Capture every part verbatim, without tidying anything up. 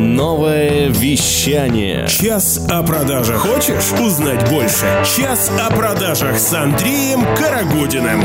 Новое вещание. Час о продажах. Хочешь узнать больше? Час о продажах с Андреем Карагодиным.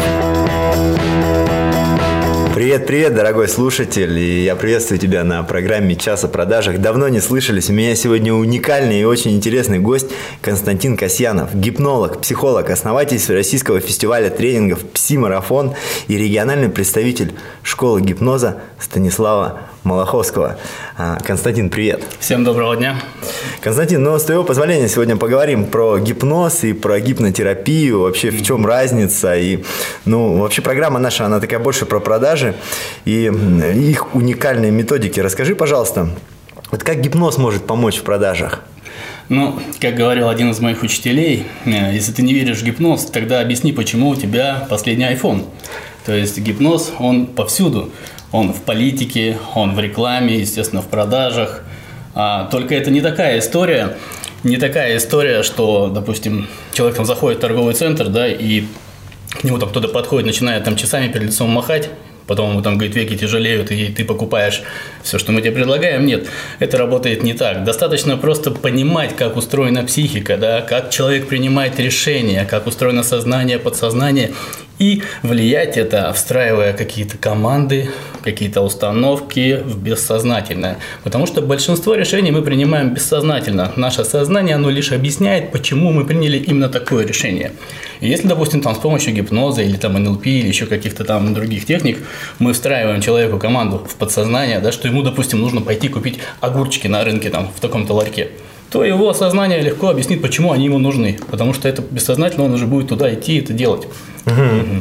Привет-привет, дорогой слушатель, и я приветствую тебя на программе «Час о продажах». Давно не слышались, у меня сегодня уникальный и очень интересный гость Константин Касьянов, гипнолог, психолог, основатель Всероссийского фестиваля тренингов «Пси-марафон» и региональный представитель школы гипноза Станислава Малаховского. Константин, привет. Всем доброго дня. Константин, ну, с твоего позволения сегодня поговорим про гипноз и про гипнотерапию, вообще в чем разница. И, ну, вообще программа наша, она такая больше про продажи и их уникальные методики. Расскажи, пожалуйста, вот как гипноз может помочь в продажах? Ну, как говорил один из моих учителей, если ты не веришь в гипноз, тогда объясни, почему у тебя последний айфон. То есть гипноз, он повсюду. Он в политике, он в рекламе, естественно, в продажах. А, только это не такая история, не такая история, что, допустим, человек там заходит в торговый центр, да, и к нему там кто-то подходит, начинает там часами перед лицом махать, потом ему там, говорит, веки тяжелеют, и ты покупаешь все, что мы тебе предлагаем. Нет, это работает не так. Достаточно просто понимать, как устроена психика, да, как человек принимает решения, как устроено сознание, подсознание, и влиять это, встраивая какие-то команды, какие-то установки в бессознательное. Потому что большинство решений мы принимаем бессознательно. Наше сознание, оно лишь объясняет, почему мы приняли именно такое решение. И если, допустим, там, с помощью гипноза или там, эн эл пи или еще каких-то там других техник мы встраиваем человеку команду в подсознание, да, что ему, допустим, нужно пойти купить огурчики на рынке там, в таком-то ларьке, то его сознание легко объяснит, почему они ему нужны. Потому что это бессознательно, он уже будет туда идти и это делать. Угу. Угу.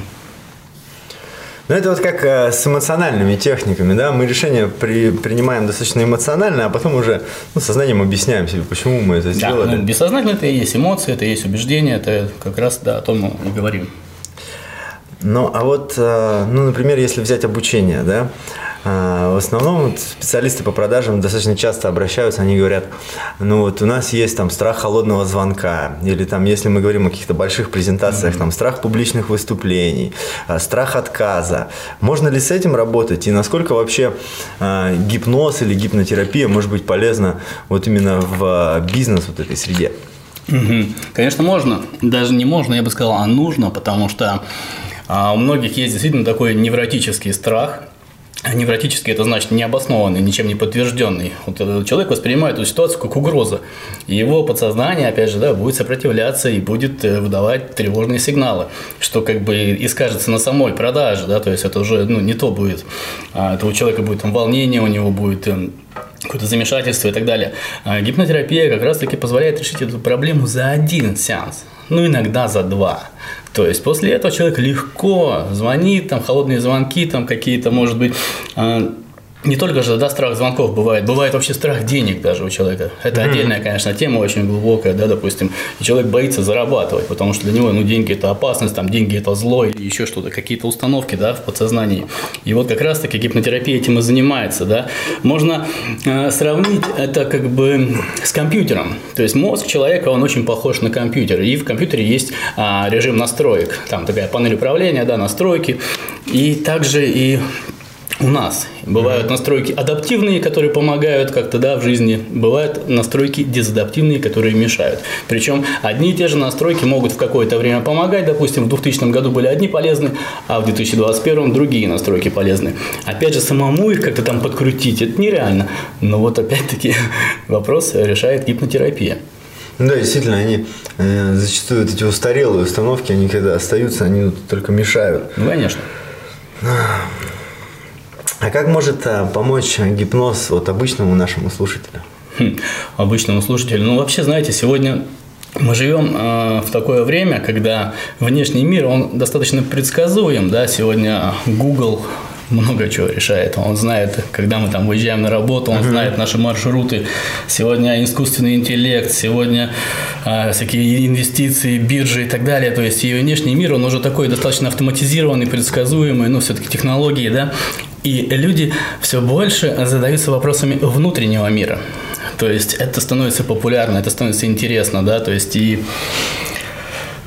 Ну, это вот как э, с эмоциональными техниками, да, мы решения при, принимаем достаточно эмоционально, а потом уже ну, сознанием объясняем себе, почему мы это сделали. Да, ну, бессознательно это и есть эмоции, это и есть убеждения, это как раз, да, о том мы и говорим. Ну, а вот, э, ну, например, если взять обучение, да, э, в основном вот, специалисты по продажам достаточно часто обращаются, они говорят, ну, вот у нас есть там страх холодного звонка, или там, если мы говорим о каких-то больших презентациях, mm-hmm. там, страх публичных выступлений, э, страх отказа. Можно ли с этим работать, и насколько вообще э, гипноз или гипнотерапия может быть полезна вот именно в э, бизнес вот этой среде? Mm-hmm. Конечно, можно, даже не можно, я бы сказал, а нужно, потому что а у многих есть действительно такой невротический страх. Невротический – это значит необоснованный, ничем не подтвержденный. Вот человек воспринимает эту ситуацию как угрозу. И его подсознание, опять же, да, будет сопротивляться и будет выдавать тревожные сигналы, что как бы и скажется на самой продаже. Да, то есть это уже ну, не то будет. Это у человека будет там, волнение, у него будет какое-то замешательство и так далее. А гипнотерапия как раз-таки позволяет решить эту проблему за один сеанс, ну иногда за два. То есть после этого человек легко звонит, там холодные звонки, там какие-то, может быть, э, не только же да, страх звонков бывает, бывает вообще страх денег даже у человека. Это mm-hmm. отдельная, конечно, тема очень глубокая, да, допустим, и человек боится зарабатывать, потому что для него, ну, деньги – это опасность, там, деньги – это зло или еще что-то, какие-то установки, да, в подсознании. И вот как раз-таки гипнотерапия этим и занимается, да. Можно э, сравнить это как бы с компьютером. То есть мозг человека, он очень похож на компьютер, и в компьютере есть э, режим настроек, там такая панель управления, да, настройки, и также и у нас бывают настройки адаптивные, которые помогают как-то да, в жизни, бывают настройки дезадаптивные, которые мешают. Причем одни и те же настройки могут в какое-то время помогать. Допустим, в двухтысячном году были одни полезны, а в две тысячи двадцать первом другие настройки полезны. Опять же, самому их как-то там подкрутить, это нереально. Но вот опять-таки вопрос решает гипнотерапия. Ну да, действительно, они э, зачастую вот эти устарелые установки, они когда остаются, они только мешают. Ну, конечно. А как может помочь гипноз вот обычному нашему слушателю? Хм, обычному слушателю? Ну, вообще, знаете, сегодня мы живем э, в такое время, когда внешний мир, он достаточно предсказуем, да, сегодня Google много чего решает. Он знает, когда мы там выезжаем на работу, он uh-huh. знает наши маршруты. Сегодня искусственный интеллект, сегодня э, всякие инвестиции, биржи и так далее. То есть, и внешний мир, он уже такой достаточно автоматизированный, предсказуемый, ну, все-таки технологии, да. И люди все больше задаются вопросами внутреннего мира. То есть, это становится популярно, это становится интересно, да, то есть, и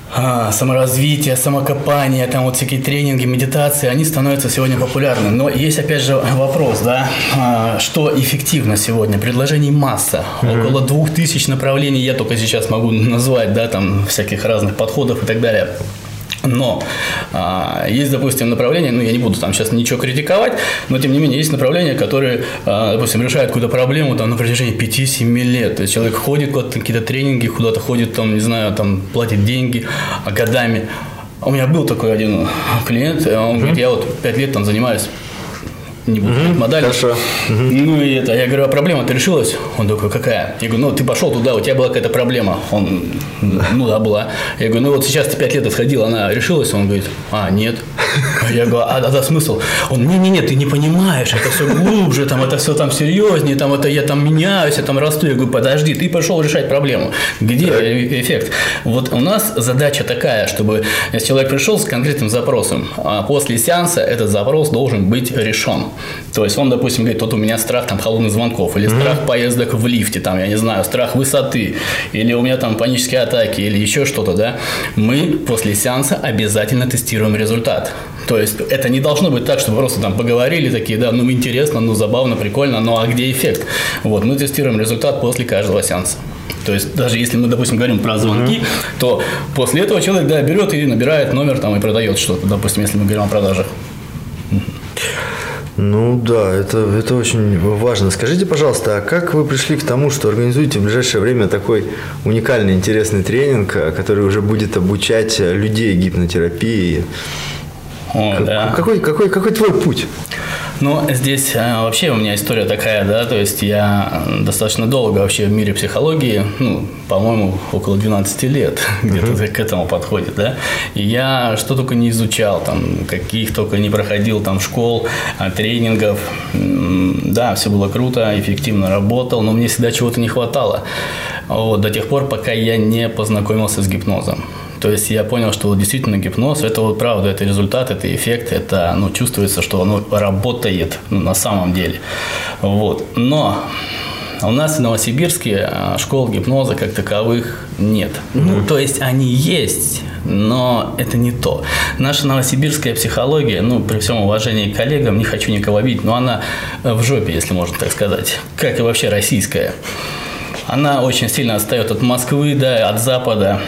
а, саморазвитие, самокопание, там вот всякие тренинги, медитации, они становятся сегодня популярны. Но есть опять же вопрос, да, а, что эффективно сегодня? Предложений масса, mm-hmm. около двух тысяч направлений я только сейчас могу назвать, да, там всяких разных подходов и так далее. Но а, есть, допустим, направления, ну, я не буду там сейчас ничего критиковать, но, тем не менее, есть направления, которые, а, допустим, решают какую-то проблему там на протяжении пяти-семи лет. То есть, человек ходит куда-то, какие-то тренинги, куда-то ходит, там, не знаю, там, платит деньги а годами. У меня был такой один клиент, он mm-hmm. говорит, я вот пять лет там занимаюсь, не буду mm-hmm. модель. Хорошо. Mm-hmm. Ну и это, я говорю, а проблема-то решилась? Он такой, какая? Я говорю, ну ты пошел туда, у тебя была какая-то проблема. Он, ну да, была. Я говорю, ну вот сейчас ты пять лет отходил, она решилась? Он говорит, а, нет. Я говорю, а, а да, смысл? Он, не-не-не, ты не понимаешь, это все глубже, там, это все там серьезнее, там, это я там меняюсь, я там расту. Я говорю, подожди, ты пошел решать проблему. Где эффект? Вот у нас задача такая, чтобы если человек пришел с конкретным запросом, а после сеанса этот запрос должен быть решен. То есть он, допустим, говорит, вот у меня страх там холодных звонков, или страх mm-hmm. поездок в лифте, там, я не знаю, страх высоты, или у меня там панические атаки, или еще что-то, да. Мы после сеанса обязательно тестируем результат. То есть это не должно быть так, чтобы просто там поговорили такие, да, ну интересно, ну забавно, прикольно, ну а где эффект? Вот, мы тестируем результат после каждого сеанса. То есть даже если мы, допустим, говорим про звонки, mm-hmm. то после этого человек, да, берет и набирает номер там и продает что-то, допустим, если мы говорим о продажах. Ну да, это, это очень важно. Скажите, пожалуйста, а как вы пришли к тому, что организуете в ближайшее время такой уникальный, интересный тренинг, который уже будет обучать людей гипнотерапии? О, как, да. какой, какой, какой твой путь? Ну, здесь а, вообще у меня история такая, да, то есть я достаточно долго вообще в мире психологии, ну, по-моему, около двенадцати лет где-то uh-huh. к этому подходит, да, и я что только не изучал, там, каких только не проходил, там, школ, тренингов, да, все было круто, эффективно работал, но мне всегда чего-то не хватало, вот, до тех пор, пока я не познакомился с гипнозом. То есть я понял, что вот действительно гипноз, это вот правда, это результат, это эффект, это, ну, чувствуется, что оно работает, ну, на самом деле. Вот. Но у нас в Новосибирске школ гипноза как таковых нет. Mm-hmm. Ну, то есть они есть, но это не то. Наша новосибирская психология, ну, при всем уважении к коллегам, не хочу никого обидеть, но она в жопе, если можно так сказать, как и вообще российская. Она очень сильно отстает от Москвы, да, от Запада.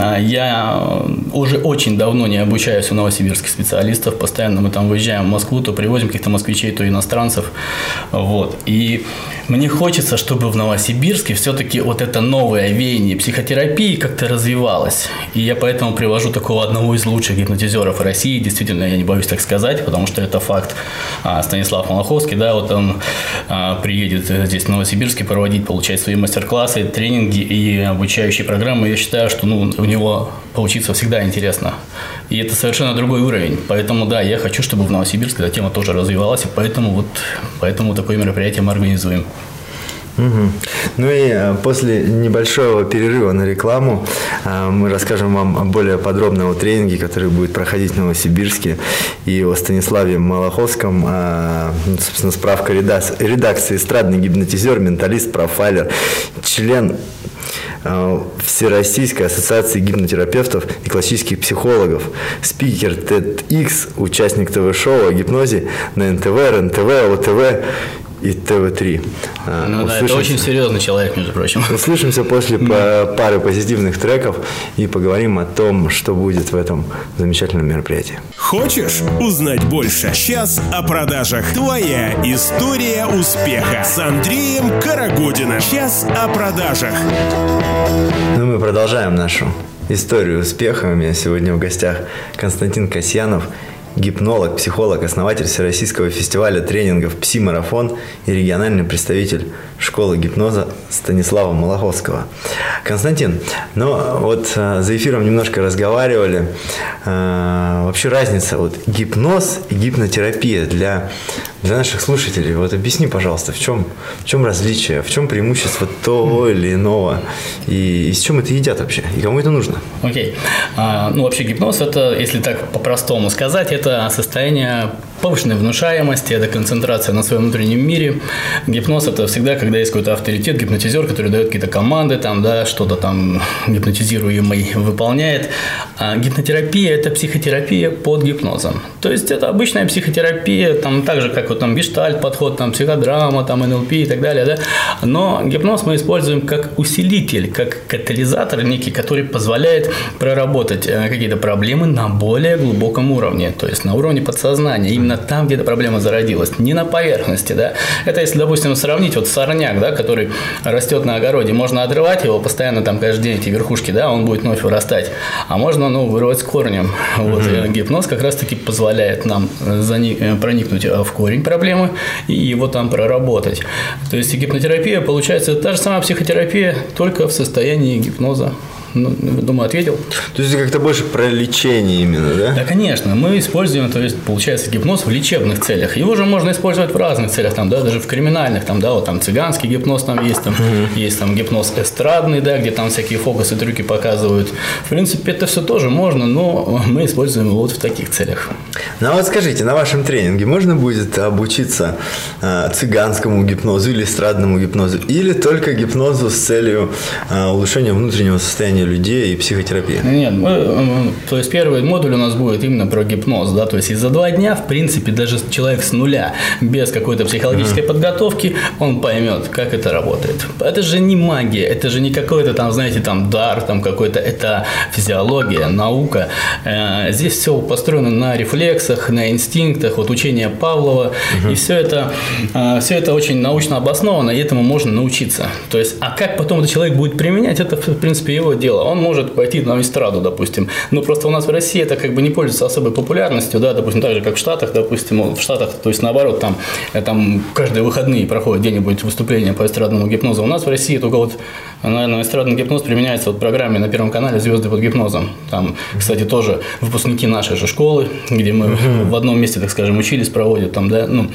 Я уже очень давно не обучаюсь у новосибирских специалистов. Постоянно мы там выезжаем в Москву, то привозим каких-то москвичей, то иностранцев. Вот. И мне хочется, чтобы в Новосибирске все-таки вот это новое веяние психотерапии как-то развивалось. И я поэтому привожу такого одного из лучших гипнотизеров России. Действительно, я не боюсь так сказать, потому что это факт. Станислав Малаховский, да, вот он приедет здесь в Новосибирске проводить, получать свои мастер-классы, тренинги и обучающие программы. Я считаю, что, ну, у него поучиться всегда интересно. И это совершенно другой уровень. Поэтому, да, я хочу, чтобы в Новосибирске эта тема тоже развивалась. И поэтому вот поэтому такое мероприятие мы организуем. Угу. Ну и после небольшого перерыва на рекламу мы расскажем вам более подробно о тренинге, который будет проходить в Новосибирске, и о Станиславе Малаховском. Собственно, справка редакции: эстрадный гипнотизер, менталист, профайлер, член Всероссийской ассоциации гипнотерапевтов и классических психологов, спикер TEDx, участник ТВ-шоу о гипнозе на эн тэ вэ, эр эн тэ вэ, о тэ вэ и тэ вэ три. Ну да, это очень серьезный человек, между прочим. Услышимся после пары позитивных треков и поговорим о том, что будет в этом замечательном мероприятии. Хочешь узнать больше? Час о продажах. Твоя история успеха с Андреем Карагодиным. Час о продажах. Ну, мы продолжаем нашу историю успеха. У меня сегодня в гостях Константин Касьянов, гипнолог, психолог, основатель Всероссийского фестиваля тренингов «Пси-марафон» и региональный представитель школы гипноза Станислава Малаховского. Константин, ну вот за эфиром немножко разговаривали. Вообще разница вот гипноз и гипнотерапия для, для наших слушателей. Вот объясни, пожалуйста, в чем, в чем различие, в чем преимущество того или иного, и, и с чем это едят вообще, и кому это нужно? Окей. Okay. А, ну, вообще гипноз – это, если так по-простому сказать, это состояние повышенной внушаемости, это концентрация на своем внутреннем мире. Гипноз – это всегда, когда есть какой-то авторитет, гипнотизер, который дает какие-то команды, там, да, что-то там гипнотизируемый выполняет. А гипнотерапия – это психотерапия под гипнозом. То есть это обычная психотерапия, там, так же, как вот, там, гештальт-подход, там, психодрама, там, эн эл пи и так далее. Да? Но гипноз мы используем как усилитель, как катализатор некий, который позволяет проработать какие-то проблемы на более глубоком уровне, то есть на уровне подсознания, именно там, где эта проблема зародилась, не на поверхности. Да? Это если, допустим, сравнить вот сорняк, да, который растет на огороде, можно отрывать его постоянно, там, каждый день эти верхушки, да, он будет вновь вырастать, а можно, ну, вырвать с корнем. Вот. Mm-hmm. Гипноз как раз-таки позволяет нам проникнуть в корень проблемы и его там проработать. То есть гипнотерапия, получается, та же самая психотерапия, только в состоянии гипноза. Ну, думаю, ответил. То есть, как-то больше про лечение именно, да? Да, конечно. Мы используем, то есть, получается, гипноз в лечебных целях. Его же можно использовать в разных целях, там, да, даже в криминальных, там, да, вот там цыганский гипноз там есть, там, mm-hmm. есть там гипноз эстрадный, да, где там всякие фокусы, трюки показывают. В принципе, это все тоже можно, но мы используем его вот в таких целях. Ну, а вот скажите, на вашем тренинге можно будет обучиться э, цыганскому гипнозу или эстрадному гипнозу, или только гипнозу с целью э, улучшения внутреннего состояния людей и психотерапии? Нет, мы, то есть первый модуль у нас будет именно про гипноз, да, то есть и за два дня, в принципе, даже человек с нуля, без какой-то психологической mm-hmm. подготовки, он поймет, как это работает. Это же не магия, это же не какой-то там, знаете, там дар, там какой-то, это физиология, наука. Здесь все построено на рефлексах, на инстинктах, вот учение Павлова, mm-hmm. и все это, все это очень научно обосновано, и этому можно научиться. То есть, а как потом этот человек будет применять, это, в принципе, его дело. Он может пойти на эстраду, допустим. Но просто у нас в России это как бы не пользуется особой популярностью, да, допустим, так же, как в Штатах, допустим, в Штатах, то есть наоборот, там, там каждые выходные проходит где-нибудь выступление по эстрадному гипнозу. У нас в России только вот, наверное, эстрадный гипноз применяется вот в программе на Первом канале «Звезды под гипнозом». Там, кстати, тоже выпускники нашей же школы, где мы uh-huh. в одном месте, так скажем, учились, проводят там, да, ну.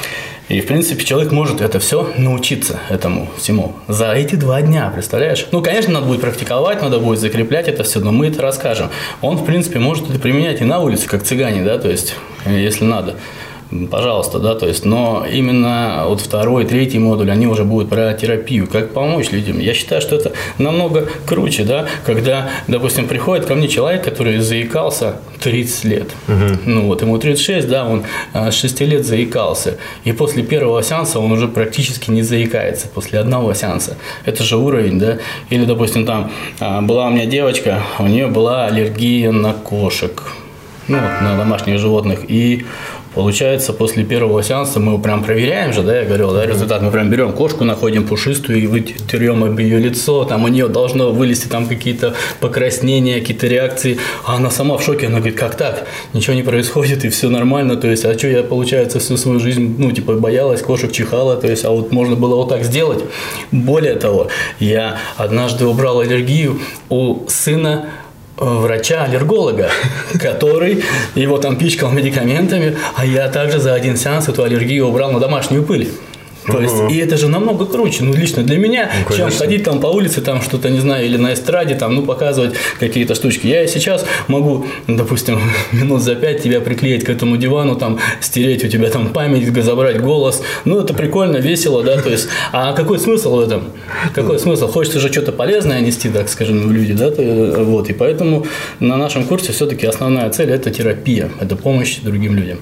И, в принципе, человек может это все научиться этому всему за эти два дня, представляешь? Ну, конечно, надо будет практиковать, надо будет закреплять это все, но мы это расскажем. Он, в принципе, может это применять и на улице, как цыгане, да, то есть, если надо. Пожалуйста, да, то есть, но именно вот второй, третий модуль, они уже будут про терапию, как помочь людям. Я считаю, что это намного круче, да, когда, допустим, приходит ко мне человек, который заикался тридцать лет, угу. ну вот, ему тридцать шесть, да, он с шести лет заикался, и после первого сеанса он уже практически не заикается, после одного сеанса. Это же уровень, да, или, допустим, там была у меня девочка, у нее была аллергия на кошек, ну, на домашних животных, и получается, после первого сеанса мы прям проверяем же, да, я говорил, да, результат, мы прям берем кошку, находим пушистую и вытрем об ее лицо, там у нее должно вылезти там какие-то покраснения, какие-то реакции, а она сама в шоке, она говорит, как так, ничего не происходит и все нормально, то есть, а что я, получается, всю свою жизнь, ну, типа, боялась, кошек чихала, то есть, а вот можно было вот так сделать. Более того, я однажды убрал аллергию у сына врача-аллерголога, который его там пичкал медикаментами, а я также за один сеанс эту аллергию убрал на домашнюю пыль. То есть, и это же намного круче, ну, лично для меня, ну, чем ходить там по улице, там что-то, не знаю, или на эстраде, там, ну, показывать какие-то штучки. Я сейчас могу, допустим, минут за пять тебя приклеить к этому дивану, там, стереть у тебя там память, забрать голос. Ну, это прикольно, весело, да, то есть, а какой смысл в этом? Какой смысл? Хочется же что-то полезное нести, так скажем, в люди, да, то, вот, и поэтому на нашем курсе все-таки основная цель – это терапия, это помощь другим людям.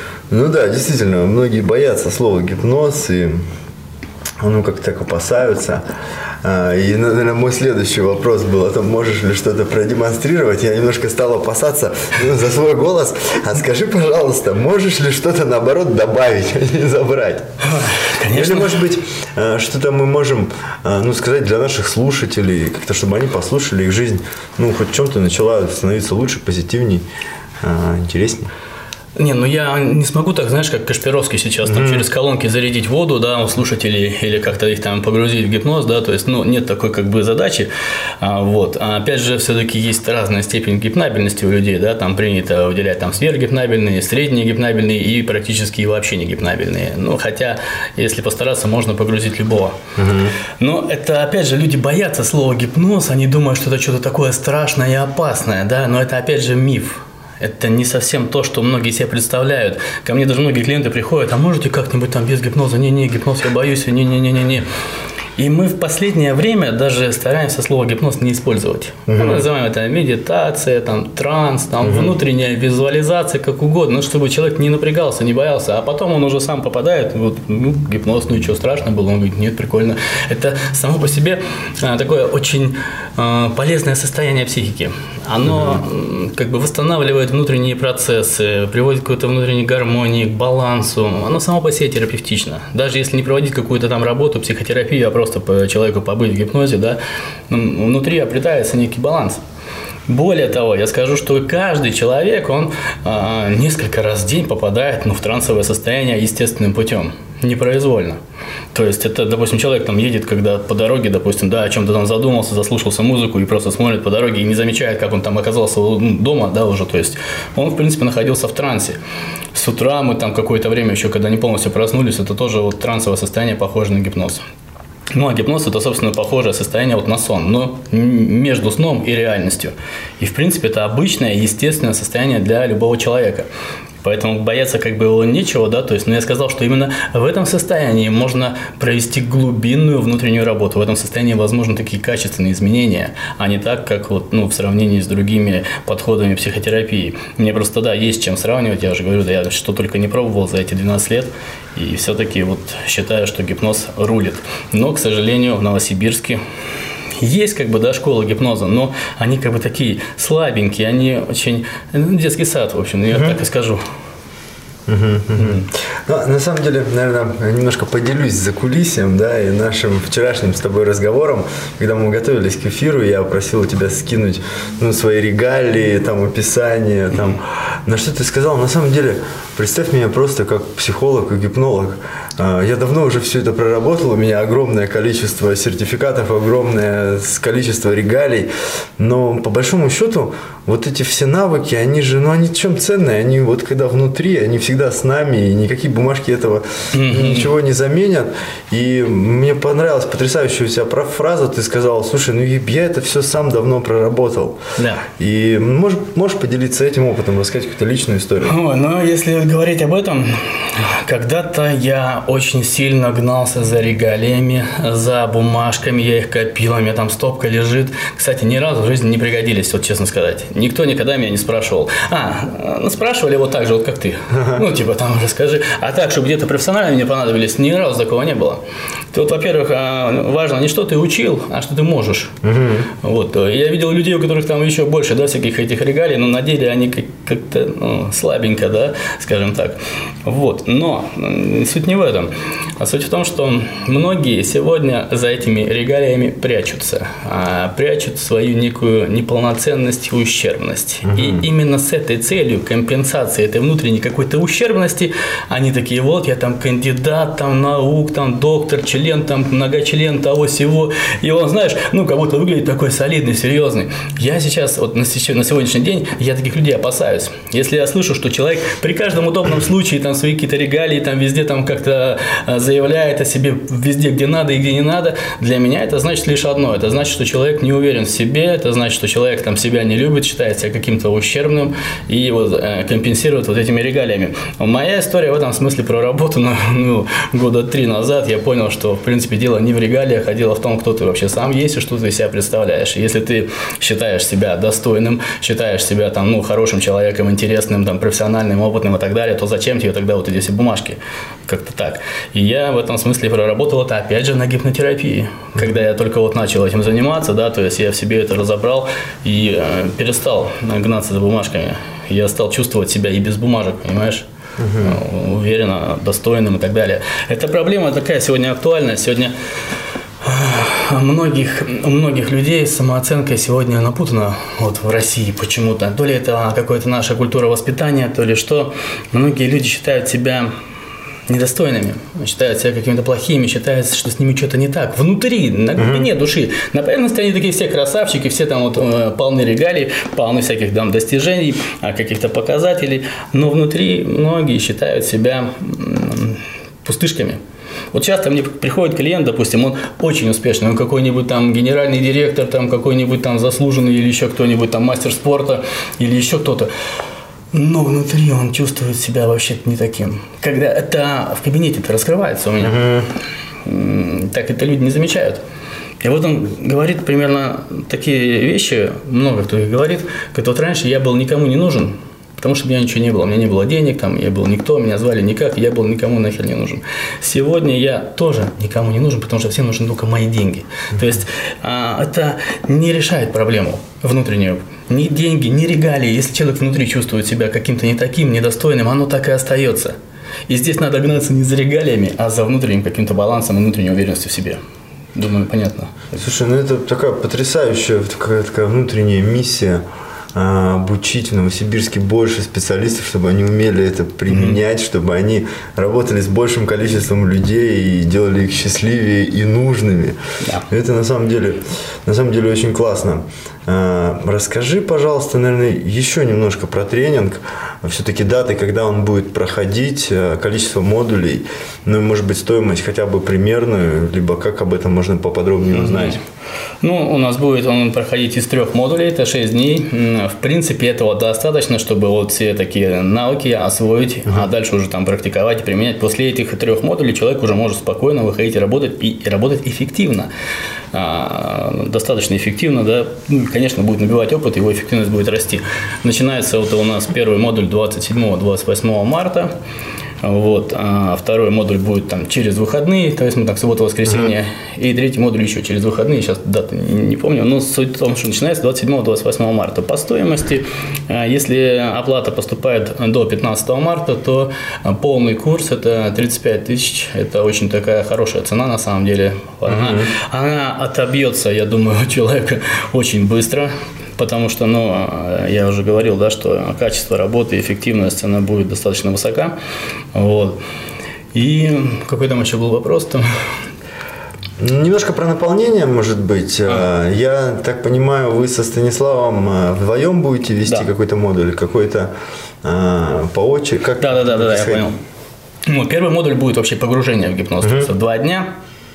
Ну да, действительно, многие боятся слова гипноз и ну как-то так опасаются. И, наверное, мой следующий вопрос был о том, можешь ли что-то продемонстрировать. Я немножко стал опасаться ну, за свой голос. А скажи, пожалуйста, можешь ли что-то, наоборот, добавить, а не забрать? Конечно. Или, может быть, что-то мы можем ну, сказать для наших слушателей, как-то, чтобы они послушали, их жизнь ну, хоть в чем-то начала становиться лучше, позитивней, интересней. Не, ну я не смогу так, знаешь, как Кашпировский сейчас, там, mm-hmm. через колонки зарядить воду, да, у слушателей, или как-то их там погрузить в гипноз, да, то есть, ну, нет такой, как бы, задачи, а, вот, а опять же, все-таки есть разная степень гипнабельности у людей, да, там принято выделять там сверхгипнабельные, средние гипнабельные и практически вообще не гипнабельные, ну, хотя, если постараться, можно погрузить любого, mm-hmm. но это, опять же, люди боятся слова гипноз, они думают, что это что-то такое страшное и опасное, да, но это, опять же, миф. Это не совсем то, что многие себе представляют. Ко мне даже многие клиенты приходят, а можете как-нибудь там без гипноза? Не-не, гипноз я боюсь, не-не-не-не-не. И мы в последнее время даже стараемся слово гипноз не использовать. Uh-huh. Мы называем это медитация, там, транс, там, uh-huh. внутренняя визуализация, как угодно, ну, чтобы человек не напрягался, не боялся. А потом он уже сам попадает, вот, ну, гипноз, ну и что, страшно было? Он говорит, нет, прикольно. Это само по себе а, такое очень а, полезное состояние психики. Оно uh-huh. как бы восстанавливает внутренние процессы, приводит к какой-то внутренней гармонии, к балансу. Оно само по себе терапевтично. Даже если не проводить какую-то там работу, психотерапию, а просто по человеку побыть в гипнозе, да, внутри обретается некий баланс. Более того, я скажу, что каждый человек, он а, несколько раз в день попадает, ну, в трансовое состояние естественным путем, непроизвольно. То есть это, допустим, человек там едет, когда по дороге, допустим, да, о чем-то там задумался, заслушался музыку и просто смотрит по дороге и не замечает, как он там оказался, ну, дома, да, уже. То есть он, в принципе, находился в трансе. С утра мы там какое-то время еще, когда не полностью проснулись, это тоже вот трансовое состояние, похоже на гипноз. Ну, а гипноз – это, собственно, похожее состояние вот на сон, но между сном и реальностью. И, в принципе, это обычное, естественное состояние для любого человека. Поэтому бояться как бы его нечего, да, то есть, но я сказал, что именно в этом состоянии можно провести глубинную внутреннюю работу. В этом состоянии возможны такие качественные изменения, а не так, как вот, ну, в сравнении с другими подходами психотерапии. Мне просто, да, есть чем сравнивать, я уже говорю, да, я что только не пробовал за эти двенадцать лет, и все-таки вот считаю, что гипноз рулит. Но, к сожалению, в Новосибирске есть как бы, да, школа гипноза, но они как бы такие слабенькие, они очень... Ну, детский сад, в общем, я uh-huh. так и скажу. Uh-huh, uh-huh. Ну, на самом деле, наверное, немножко поделюсь за кулисьем, да, и нашим вчерашним с тобой разговором, когда мы готовились к эфиру, я просил тебя скинуть, ну, свои регалии, там, описание, там, uh-huh. на что ты сказал, на самом деле, представь меня просто как психолог и гипнолог. Я давно уже все это проработал, у меня огромное количество сертификатов, огромное количество регалий, но по большому счету вот эти все навыки, они же, ну, они чем ценные, они вот когда внутри, они всегда с нами, и никакие бумажки этого mm-hmm. ничего не заменят. И мне понравилась потрясающая у тебя фраза, ты сказал, слушай, ну я это все сам давно проработал. Да. И можешь, можешь поделиться этим опытом, рассказать какую-то личную историю? Ой, ну, если говорить об этом, когда-то я очень сильно гнался за регалиями, за бумажками, я их копил, у меня там стопка лежит. Кстати, ни разу в жизни не пригодились, вот честно сказать. Никто никогда меня не спрашивал. А, ну, спрашивали вот так же, вот как ты. Ну, типа, там, расскажи. А так, чтобы где-то профессионально мне понадобились, ни разу такого не было. Тут, во-первых, важно не что ты учил, а что ты можешь. Угу. Вот. Я видел людей, у которых там еще больше, да, всяких этих регалий, но на деле они как-то, ну, слабенько, да, скажем так. Вот. Но суть не в этом. А суть в том, что многие сегодня за этими регалиями прячутся. А прячут свою некую неполноценность и ущербность. Угу. И именно с этой целью компенсации этой внутренней какой-то ущербности они такие, вот я там кандидат там, наук, там доктор, член, там многочлен того сего. И он, знаешь, ну как будто выглядит такой солидный, серьезный. Я сейчас, вот на сегодняшний день, я таких людей опасаюсь. Если я слышу, что человек при каждом удобном случае там свои какие-то регалии там везде там как-то заявляет о себе везде, где надо и где не надо, для меня это значит лишь одно. Это значит, что человек не уверен в себе, это значит, что человек там себя не любит, считает себя каким-то ущербным и вот э, компенсирует вот этими регалиями. Моя история в этом смысле про работу, ну, ну, года три назад я понял, что в принципе дело не в регалиях, а дело в том, кто ты вообще сам есть и что ты из себя представляешь. Если ты считаешь себя достойным, считаешь себя там, ну, хорошим человеком, интересным, там, профессиональным, опытным и так далее, то зачем тебе тогда вот эти все бумажки? Как-то так. И я в этом смысле проработал это опять же на гипнотерапии. Когда я только вот начал этим заниматься, да, то есть я в себе это разобрал и э, перестал гнаться за бумажками. Я стал чувствовать себя и без бумажек, понимаешь? Угу. Уверенно, достойным и так далее. Эта проблема такая сегодня актуальна. Сегодня у многих, у многих людей самооценка сегодня напутана вот в России почему-то. То ли это какая-то наша культура воспитания, то ли что. Многие люди считают себя недостойными, считают себя какими-то плохими, считают, что с ними что-то не так. Внутри, на глубине uh-huh. души. На поверхности они такие все красавчики, все там вот э, полны регалий, полны всяких там достижений, каких-то показателей. Но внутри многие считают себя э, пустышками. Вот часто мне приходит клиент, допустим, он очень успешный, он какой-нибудь там генеральный директор, там какой-нибудь там заслуженный или еще кто-нибудь там мастер спорта или еще кто-то. Но внутри он чувствует себя вообще-то не таким. Когда это в кабинете это раскрывается у меня, uh-huh. так это люди не замечают. И вот он говорит примерно такие вещи, много кто их говорит, как вот раньше я был никому не нужен, потому что у меня ничего не было, у меня не было денег, там, я был никто, меня звали никак, я был никому нахер не нужен. Сегодня я тоже никому не нужен, потому что всем нужны только мои деньги. Mm-hmm. То есть а, это не решает проблему внутреннюю. Ни деньги, ни регалии. Если человек внутри чувствует себя каким-то не таким, недостойным, оно так и остается. И здесь надо гнаться не за регалиями, а за внутренним каким-то балансом и внутренней уверенностью в себе. Думаю, понятно. Слушай, ну это такая потрясающая такая, такая внутренняя миссия. Обучить в Новосибирске больше специалистов, чтобы они умели это применять, mm-hmm. чтобы они работали с большим количеством людей и делали их счастливее и нужными. Yeah. Это на самом деле, на самом деле очень классно. Расскажи, пожалуйста, наверное, еще немножко про тренинг. Все-таки даты, когда он будет проходить, количество модулей, ну, может быть, стоимость хотя бы примерную, либо как об этом можно поподробнее узнать? Mm-hmm. Ну, у нас будет он проходить из трех модулей, это шесть дней. В принципе, этого достаточно, чтобы вот все такие навыки освоить, uh-huh. а дальше уже там практиковать и применять. После этих трех модулей человек уже может спокойно выходить и работать, и, и работать эффективно. А, достаточно эффективно, да. Ну, конечно, будет набивать опыт, его эффективность будет расти. Начинается вот у нас первый модуль двадцать седьмого — двадцать восьмого марта. Вот, а второй модуль будет там через выходные, то есть мы так суббота-воскресенье, uh-huh. и третий модуль еще через выходные, сейчас даты не, не помню, но суть в том, что начинается двадцать седьмого — двадцать восьмого марта. По стоимости, если оплата поступает до пятнадцатого марта, то полный курс это тридцать пять тысяч, это очень такая хорошая цена на самом деле. Она, uh-huh. она отобьется, я думаю, у человека очень быстро. Потому что, ну, я уже говорил, да, что качество работы, эффективность, она будет достаточно высока. Вот. И какой там еще был вопрос-то? Немножко про наполнение, может быть. А. Я так понимаю, вы со Станиславом вдвоем будете вести да. какой-то модуль, какой-то а, по очереди? Как да, да, да, да, я понял. Ну, первый модуль будет вообще погружение в гипноз. Uh-huh. То есть два дня.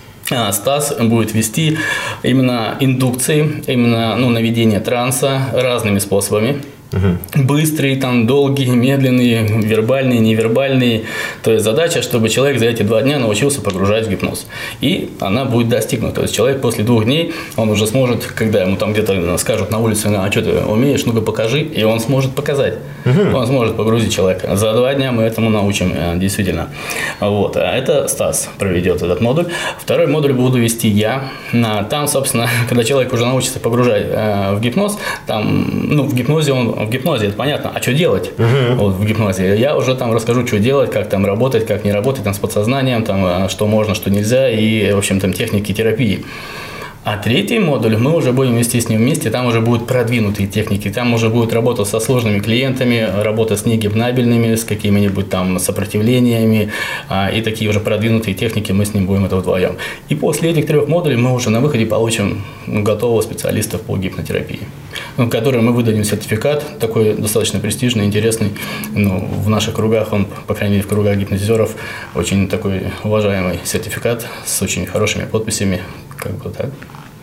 Стас будет вести именно индукции, именно ну, наведение транса разными способами. Угу. Быстрые, там, долгие, медленные, вербальные, невербальные. То есть задача, чтобы человек за эти два дня научился погружать в гипноз. И она будет достигнута. То есть человек после двух дней, он уже сможет, когда ему там где-то скажут на улице, а что ты умеешь, ну-ка покажи, и он сможет показать. Угу. Он сможет погрузить человека. За два дня мы этому научим, действительно. Вот. А это Стас проведет этот модуль. Второй модуль буду вести я. Там, собственно, когда человек уже научится погружать в гипноз, там, ну, в гипнозе он в гипнозе, это понятно. А что делать uh-huh. вот, в гипнозе? Я уже там расскажу, что делать, как там работать, как не работать там, с подсознанием, там, что можно, что нельзя, и, в общем, там, техники терапии. А третий модуль мы уже будем вести с ним вместе, там уже будут продвинутые техники, там уже будет работа со сложными клиентами, работа с негипнабельными, с какими-нибудь там сопротивлениями, а, и такие уже продвинутые техники мы с ним будем это вдвоем. И после этих трех модулей мы уже на выходе получим готового специалиста по гипнотерапии, ну, который мы выдадим сертификат, такой достаточно престижный, интересный, ну, в наших кругах, он, по крайней мере, в кругах гипнотизеров, очень такой уважаемый сертификат с очень хорошими подписями, как бы так.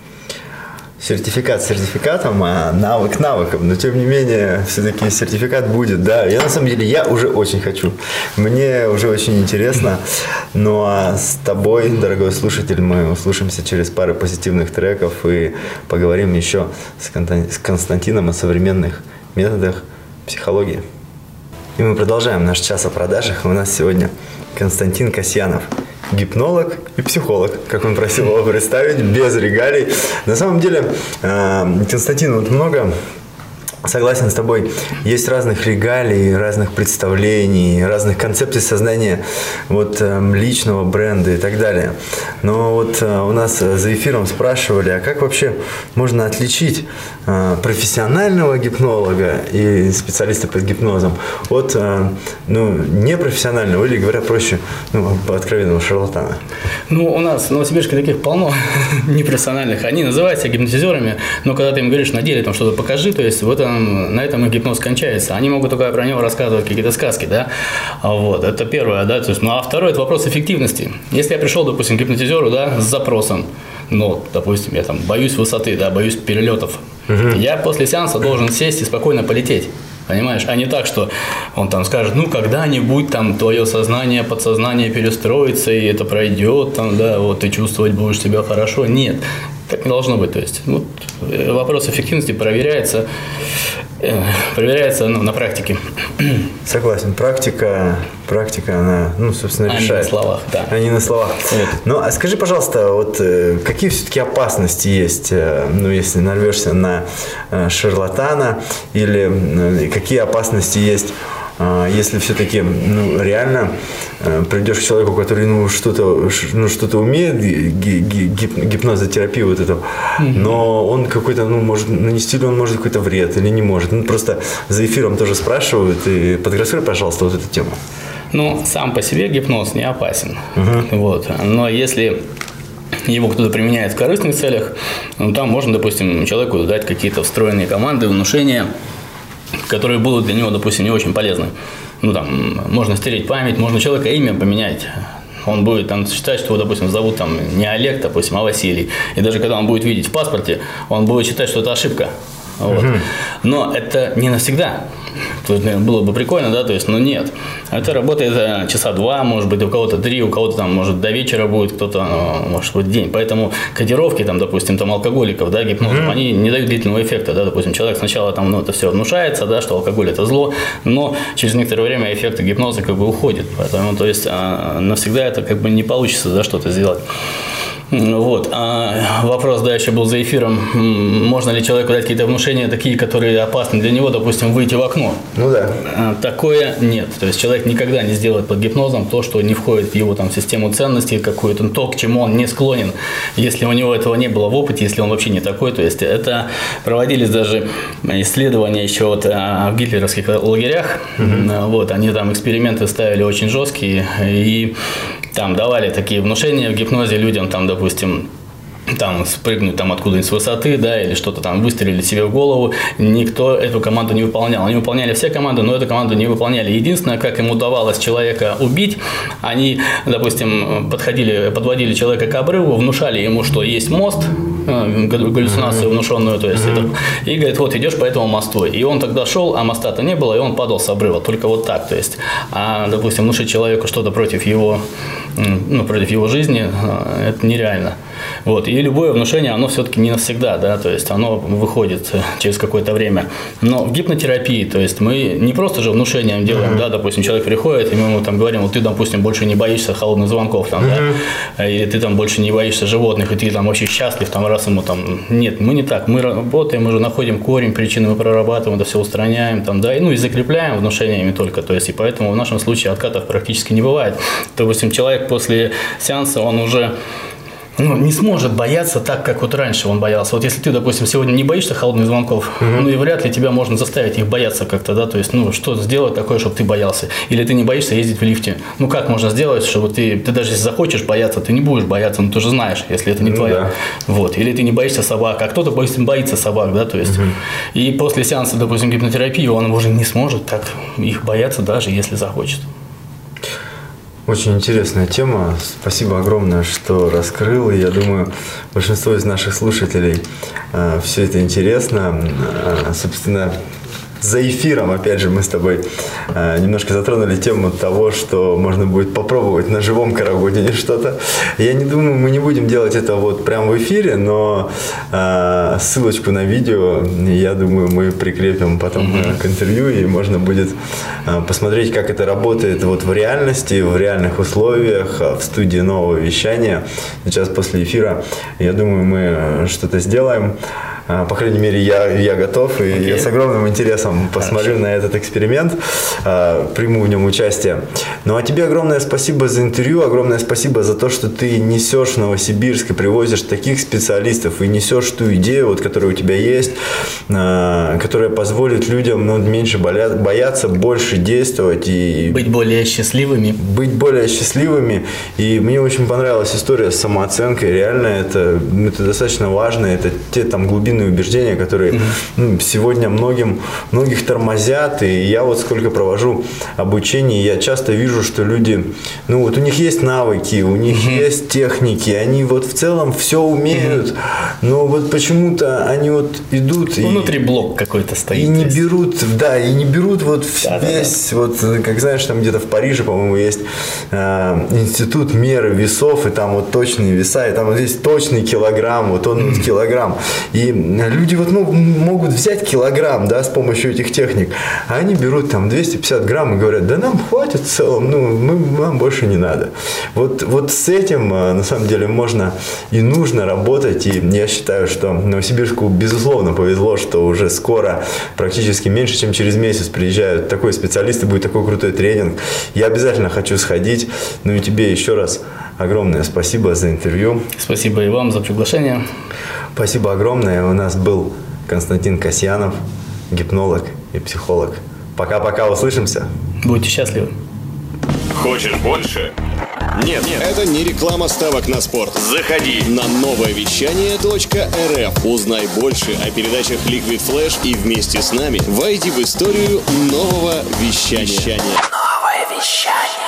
Сертификат сертификатом, а навык навыком, но тем не менее все-таки сертификат будет, да. Я на самом деле, я уже очень хочу, мне уже очень интересно. Ну а с тобой, дорогой слушатель, мы услышимся через пару позитивных треков и поговорим еще с Константином о современных методах психологии. И мы продолжаем наш час о продажах. У нас сегодня Константин Касьянов, гипнолог и психолог, как он просил его представить, без регалий. На самом деле, Константин, вот много, согласен с тобой, есть разных регалий, разных представлений, разных концепций создания вот, личного бренда и так далее. Но вот у нас за эфиром спрашивали, а как вообще можно отличить профессионального гипнолога и специалиста под гипнозом от ну, непрофессионального, или, говоря проще, ну, откровенного шарлатана? Ну, у нас в Новосибирске таких полно непрофессиональных. Они называются гипнотизерами, но когда ты им говоришь, на деле там что-то покажи, то есть в этом, на этом и гипноз кончается. Они могут только про него рассказывать какие-то сказки, да? Вот, это первое, да, то есть, ну, а второе – это вопрос эффективности. Если я пришел, допустим, к гипнотизеру, да, с запросом, ну, допустим, я там боюсь высоты, да, боюсь перелетов, угу. я после сеанса должен сесть и спокойно полететь. Понимаешь? А не так, что он там скажет, ну, когда-нибудь там твое сознание, подсознание перестроится, и это пройдет, там, да, вот ты чувствовать будешь себя хорошо. Нет, так не должно быть. То есть, вот, вопрос эффективности проверяется, э, проверяется ну, на практике. Согласен. Практика, практика, она, ну, собственно, решает. А не на словах, да. А не на словах. Вот. Ну, а скажи, пожалуйста, вот э, какие все-таки опасности есть, э, ну, если нарвешься на э, шарлатана, или э, какие опасности есть, э, если все-таки, ну, реально э, придешь к человеку, который, ну, что-то, ну, что-то умеет, гип, гипнозотерапию вот эту, mm-hmm. но он какой-то, ну, может, нанести ли он может какой-то вред или не может. Ну, просто за эфиром тоже спрашивают, и подраскрой, пожалуйста, вот эту тему. Ну, сам по себе гипноз не опасен. Uh-huh. Вот. Но если его кто-то применяет в корыстных целях, ну, там можно, допустим, человеку дать какие-то встроенные команды, внушения, которые будут для него, допустим, не очень полезны. Ну, там, можно стереть память, можно человека имя поменять. Он будет там считать, что его, допустим, зовут там не Олег, допустим, а Василий. И даже когда он будет видеть в паспорте, он будет считать, что это ошибка. Вот. Uh-huh. Но это не навсегда. Тут было бы прикольно, да, то есть, но нет. Это работает часа два, может быть, у кого-то три, у кого-то там, может, до вечера будет, кто-то, может быть, день. Поэтому кодировки, там, допустим, там, алкоголиков, да, гипнозов, mm-hmm. они не дают длительного эффекта, да, допустим, человек сначала там, ну, это все внушается, да, что алкоголь – это зло, но через некоторое время эффекты гипноза как бы уходят. Поэтому, то есть, навсегда это как бы не получится, да, что-то сделать. Вот. А вопрос, да, еще был за эфиром, можно ли человеку дать какие-то внушения такие, которые опасны для него, допустим, выйти в окно. Ну да. Такое нет. То есть человек никогда не сделает под гипнозом то, что не входит в его там систему ценностей, какую-то, то, к чему он не склонен, если у него этого не было в опыте, если он вообще не такой. То есть это проводились даже исследования еще вот в гитлеровских лагерях. Mm-hmm. Вот, они там эксперименты ставили очень жесткие и там давали такие внушения в гипнозе людям, там, допустим, там спрыгнуть там откуда-нибудь с высоты, да, или что-то там выстрелить себе в голову. Никто эту команду не выполнял. Они выполняли все команды, но эту команду не выполняли. Единственное, как им удавалось человека убить, они, допустим, подходили, подводили человека к обрыву, внушали ему, что есть мост, галлюцинацию внушенную, то есть это, и говорит, вот идешь по этому мосту. И он тогда шел, а моста-то не было, и он падал с обрыва. Только вот так, то есть, а, допустим, внушить человеку что-то против его, ну, против его жизни, это нереально. Вот. И любое внушение, оно все-таки не навсегда, да, то есть оно выходит через какое-то время. Но в гипнотерапии, то есть мы не просто же внушением делаем, да, допустим, человек приходит, и мы ему там говорим, вот ты, допустим, больше не боишься холодных звонков, там, да, или ты там больше не боишься животных, и ты там вообще счастлив, там, раз ему там, нет, мы не так, мы работаем, мы же находим корень, причины, мы прорабатываем, это все устраняем, там, да, и, ну, и закрепляем внушениями только, то есть, и поэтому в нашем случае откатов практически не бывает. Допустим, человек после сеанса, он уже ну, не сможет бояться так, как вот раньше он боялся. Вот если ты, допустим, сегодня не боишься холодных звонков, mm-hmm. ну и вряд ли тебя можно заставить их бояться как-то, да, то есть, ну, что сделать такое, чтобы ты боялся? Или ты не боишься ездить в лифте? Ну, как можно сделать, чтобы ты, ты даже если захочешь бояться, ты не будешь бояться, ну, ты же знаешь, если это не mm-hmm. твоя. Вот. Или ты не боишься собак, а кто-то боится, боится собак, да, то есть. Mm-hmm. И после сеанса, допустим, гипнотерапии он уже не сможет так их бояться, даже если захочет. Очень интересная тема. Спасибо огромное, что раскрыл. И я думаю, большинство из наших слушателей э, все это интересно. Э, собственно, за эфиром, опять же, мы с тобой э, немножко затронули тему того, что можно будет попробовать на живом Карагодине что-то. Я не думаю, мы не будем делать это вот прямо в эфире, но э, ссылочку на видео, я думаю, мы прикрепим потом mm-hmm. к интервью, и можно будет э, посмотреть, как это работает вот в реальности, в реальных условиях, в студии нового вещания. Сейчас после эфира, я думаю, мы что-то сделаем. По крайней мере, я, я готов, и okay. я с огромным интересом посмотрю Хорошо. на этот эксперимент, приму в нем участие. Ну, а тебе огромное спасибо за интервью, огромное спасибо за то, что ты несешь в Новосибирск и привозишь таких специалистов, и несешь ту идею, вот, которая у тебя есть, которая позволит людям, ну, меньше бояться, больше действовать. И быть более счастливыми. Быть более счастливыми. И мне очень понравилась история с самооценкой. Реально, это, это достаточно важно. Это те там глубинные жизненные убеждения, которые ну, сегодня многим, многих тормозят. И я вот сколько провожу обучение, я часто вижу, что люди, ну вот у них есть навыки, у них mm-hmm. есть техники, они вот в целом все умеют, mm-hmm. но вот почему-то они вот идут ну, и... Внутри блок какой-то стоит. И не берут, да, и не берут вот да, весь, да, да. вот, как знаешь, там где-то в Париже, по-моему, есть э, институт меры весов, и там вот точные веса, и там вот здесь точный килограмм, вот он вот килограмм. И люди вот ну, могут взять килограмм, да, с помощью этих техник, а они берут там двести пятьдесят грамм и говорят, да нам хватит в целом, ну, мы, нам больше не надо. Вот, вот с этим, на самом деле, можно и нужно работать, и я считаю, что Новосибирску, безусловно, повезло, что уже скоро, практически меньше, чем через месяц приезжают такой специалист, и будет такой крутой тренинг. Я обязательно хочу сходить, ну и тебе еще раз огромное спасибо за интервью. Спасибо и вам за приглашение. Спасибо огромное. У нас был Константин Касьянов, гипнолог и психолог. Пока-пока, услышимся. Будьте счастливы. Хочешь больше? Нет, нет, это не реклама ставок на спорт. Заходи на новое вещание точка эр эф. Узнай больше о передачах Liquid Flash и вместе с нами войди в историю нового вещания. Новое вещание.